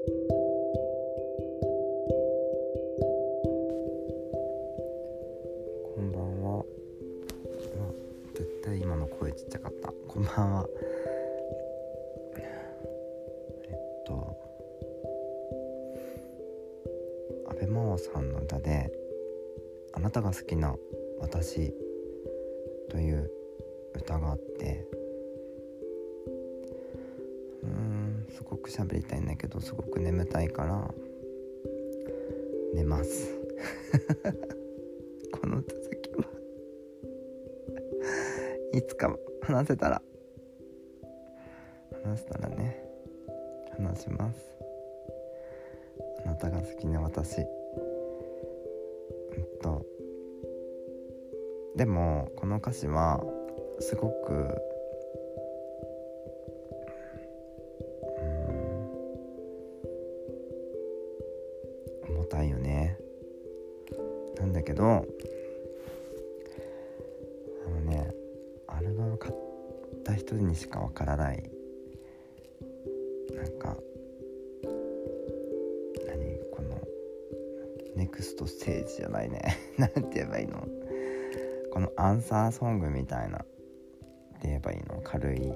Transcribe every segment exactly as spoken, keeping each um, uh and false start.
こんばんは。絶対今の声ちっちゃかった。こんばんは。えっと阿部真央さんの歌であなたが好きな私という歌があって、うーんすごく喋りたいんだけどすごく眠たいから寝ますこの続きはいつか話せたら話せたらね話します。あなたが好きな私。うんとでもこの歌詞はすごくうーん重たいよね。なんだけどあのねアルバム買った人にしかわからないなんか何このネクストステージじゃないねなんて言えばいいの、このアンサーソングみたいなって言えばいいの、軽いね。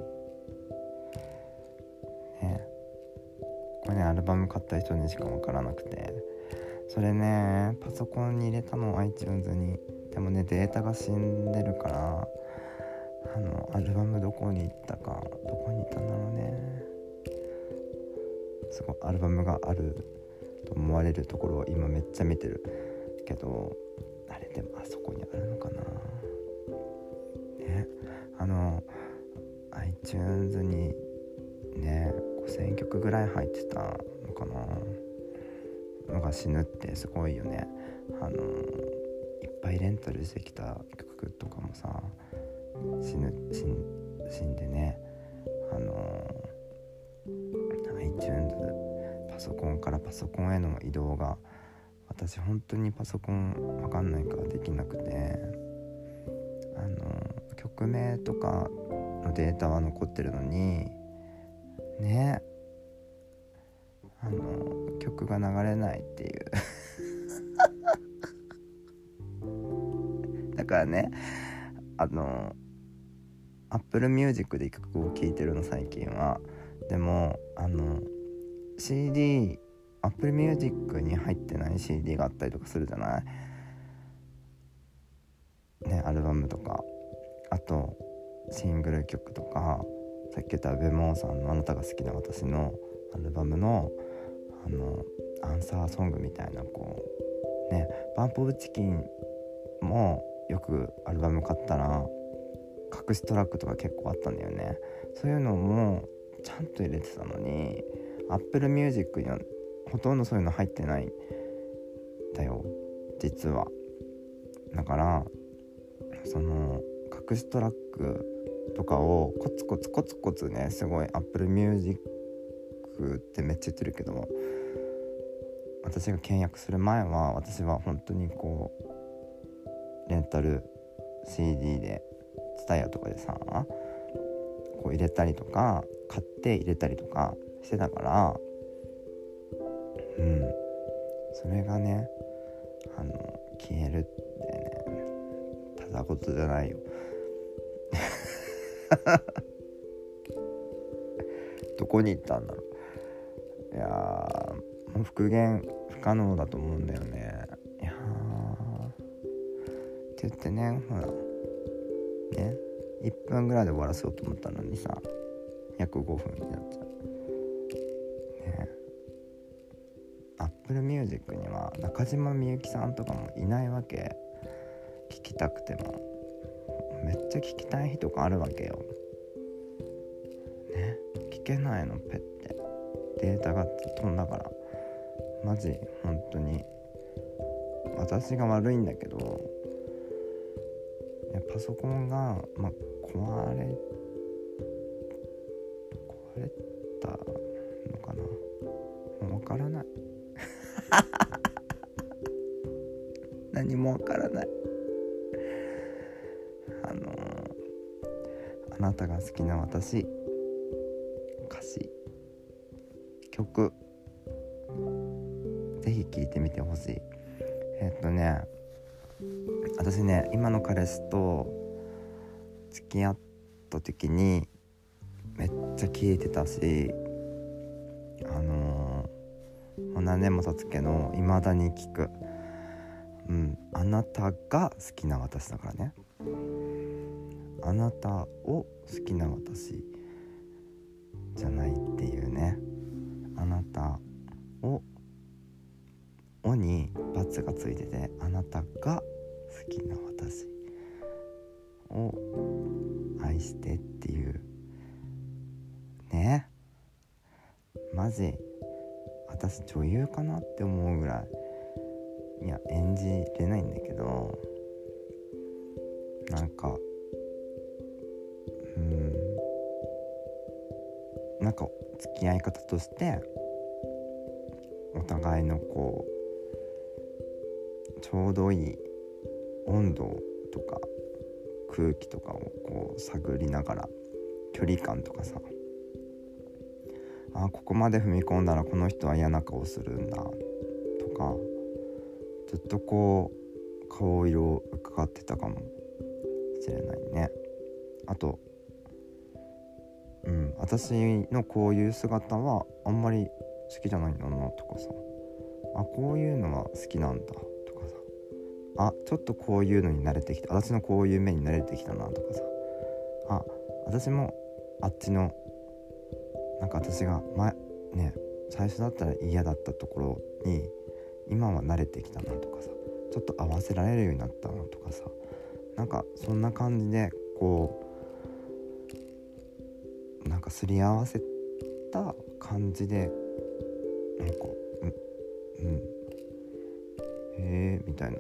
これねアルバム買った人にしかわからなくて、それねパソコンに入れたの iTunes に。でもねデータが死んでるからあのアルバムどこに行ったかどこに行ったんだろうね。すごいアルバムがあると思われるところを今めっちゃ見てるけど、あれでもあそこにあるのかなね。あの iTunes にねごせんきょくぐらい入ってたのかなのが死ぬってすごいよね。あのいっぱいレンタルしてきた曲とかもさ死ぬ死ん、死んでね、あの iTunes パソコンからパソコンへの移動が私本当にパソコンわかんないからできなくて、あの曲名とかのデータは残ってるのにね、あの曲が流れないっていうだからねあの Apple Music で曲を聴いてるの最近は。でもあの シーディーApple Music に入ってない シーディー があったりとかするじゃないね、アルバムとか、あとシングル曲とか、さっき言った阿部真央さんのあなたが好きな私のアルバムのあのアンサーソングみたいなこうね、バンプオブチキンもよくアルバム買ったら隠しトラックとか結構あったんだよね。そういうのもちゃんと入れてたのに Apple Music にはほとんどそういうの入ってないんだよ実は。だからその隠しトラックとかをコツコツコツコツね、すごい Apple Music ってめっちゃ言ってるけど、私が契約する前は私は本当にこうレンタル シーディー で TSUTAYA とかでさこう入れたりとか買って入れたりとかしてたから、うんそれがねあの消えるってねただことじゃないよどこに行ったんだろう。いやもう復元不可能だと思うんだよね。いやって言ってね、ほらねいっぷんぐらいで終わらせようと思ったのにさ約ごふんになっちゃうね。Apple Music には中島みゆきさんとかもいないわけ。聞きたくてもめっちゃ聞きたい日とかあるわけよね。聞けないのペッてデータが飛んだからマジ本当に私が悪いんだけど、いやパソコンが、まあ、壊れ壊れたのかなもう分からない何も分からない。あのー、あなたが好きな私、歌詞、曲ぜひ聴いてみてほしい。えっとね私ね今の彼氏と付き合った時にめっちゃ聴いてたし、あのー、もう何年も経つけど未だに聴く。うん、あなたが好きな私だからね。あなたを好きな私じゃないっていうね。あなたをおにバツがついてて、あなたが好きな私を愛してっていうね。マジ私女優かなって思うぐらい、いや演じれないんだけど、なんかうんなんか付き合い方としてお互いのこうちょうどいい温度とか空気とかをこう探りながら、距離感とかさ、あここまで踏み込んだらこの人は嫌な顔するんだとか、ずっとこう顔色を伺ってたかもしれないね。あとうん私のこういう姿はあんまり好きじゃないんだなとかさ、あこういうのは好きなんだとかさ、あちょっとこういうのに慣れてきた、私のこういう目に慣れてきたなとかさ、あ私もあっちのなんか私が前ね最初だったら嫌だったところに今は慣れてきたなとかさ、ちょっと合わせられるようになったなとかさ、なんかそんな感じでこうなんかすり合わせた感じでなんかうんうんへーみたいな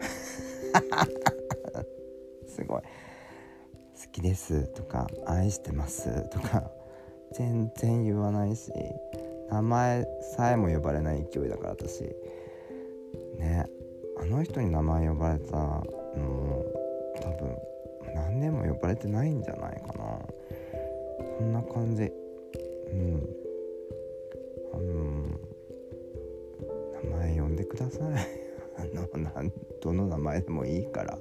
すごい好きですとか愛してますとか全然言わないし、名前さえも呼ばれない勢いだから私ね。あの人に名前呼ばれたのも多分何年も呼ばれてないんじゃないかな。そんな感じ。うんあの名前呼んでくださいあのなんどの名前でもいいから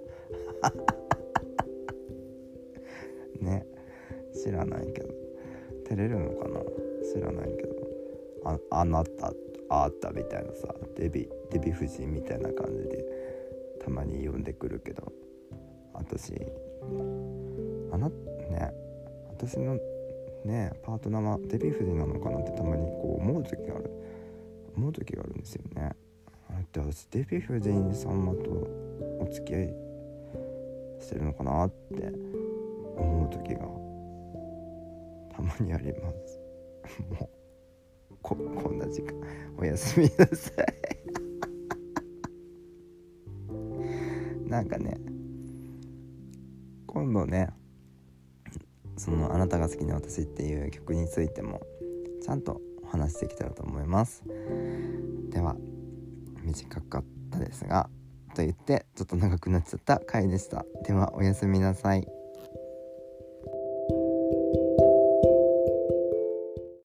ね、知らないけど照れるのかな、知らないけど、あ、あなたあったみたいなさ、デビデビ夫人みたいな感じでたまに呼んでくるけど、私あなね私のねパートナーはデビ夫人なのかなってたまにこう思う時がある思う時があるんですよね。あれって私デビ夫人様とお付き合いしてるのかなって思う時がたまにありますもう こ, こんな時間おやすみなさいなんかね今度ねそのあなたが好きな私っていう曲についてもちゃんとお話しできたらと思います。では短かったですがと言ってちょっと長くなっちゃった回でした。ではおやすみなさい。